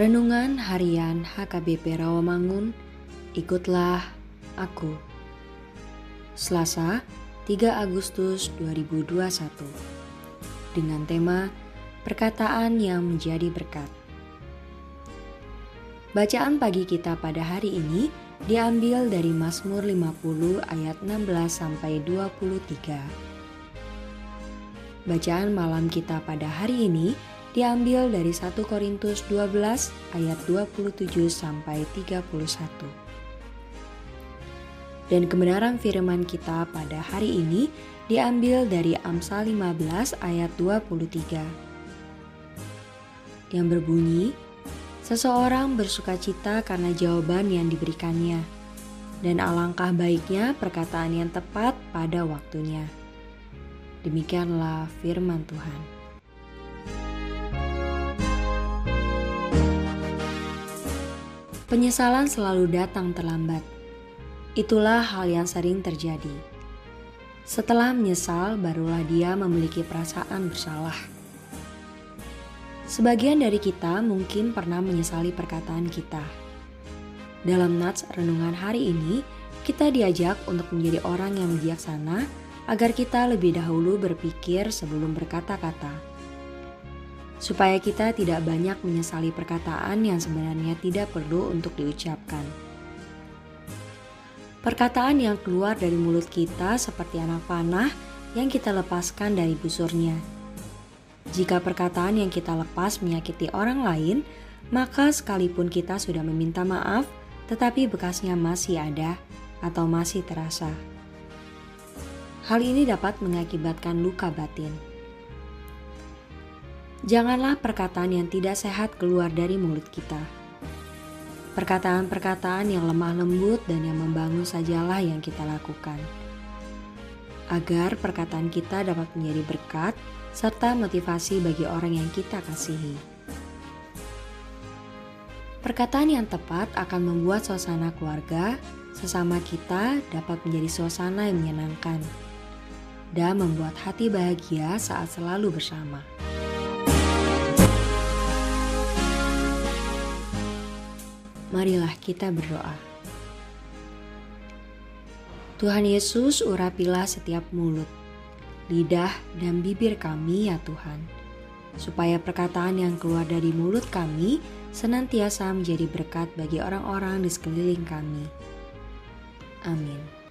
Renungan Harian HKBP Rawamangun, ikutlah aku. Selasa, 3 Agustus 2021. Dengan tema Perkataan yang menjadi berkat. Bacaan pagi kita pada hari ini diambil dari Mazmur 50 ayat 16 sampai 23. Bacaan malam kita pada hari ini diambil dari 1 Korintus 12 ayat 27 sampai 31. Dan kebenaran firman kita pada hari ini diambil dari Amsal 15 ayat 23. Yang berbunyi, seseorang bersukacita karena jawaban yang diberikannya, dan alangkah baiknya perkataan yang tepat pada waktunya. Demikianlah firman Tuhan. Penyesalan selalu datang terlambat. Itulah hal yang sering terjadi. Setelah menyesal, barulah dia memiliki perasaan bersalah. Sebagian dari kita mungkin pernah menyesali perkataan kita. Dalam nats renungan hari ini, kita diajak untuk menjadi orang yang bijaksana agar kita lebih dahulu berpikir sebelum berkata-kata, supaya kita tidak banyak menyesali perkataan yang sebenarnya tidak perlu untuk diucapkan. Perkataan yang keluar dari mulut kita seperti anak panah yang kita lepaskan dari busurnya. Jika perkataan yang kita lepas menyakiti orang lain, maka sekalipun kita sudah meminta maaf, tetapi bekasnya masih ada atau masih terasa. Hal ini dapat mengakibatkan luka batin. Janganlah perkataan yang tidak sehat keluar dari mulut kita. Perkataan-perkataan yang lemah lembut dan yang membangun sajalah yang kita lakukan. Agar perkataan kita dapat menjadi berkat serta motivasi bagi orang yang kita kasihi. Perkataan yang tepat akan membuat suasana keluarga, sesama kita dapat menjadi suasana yang menyenangkan dan membuat hati bahagia saat selalu bersama. Marilah kita berdoa. Tuhan Yesus, urapilah setiap mulut, lidah, dan bibir kami ya Tuhan, supaya perkataan yang keluar dari mulut kami senantiasa menjadi berkat bagi orang-orang di sekeliling kami. Amin.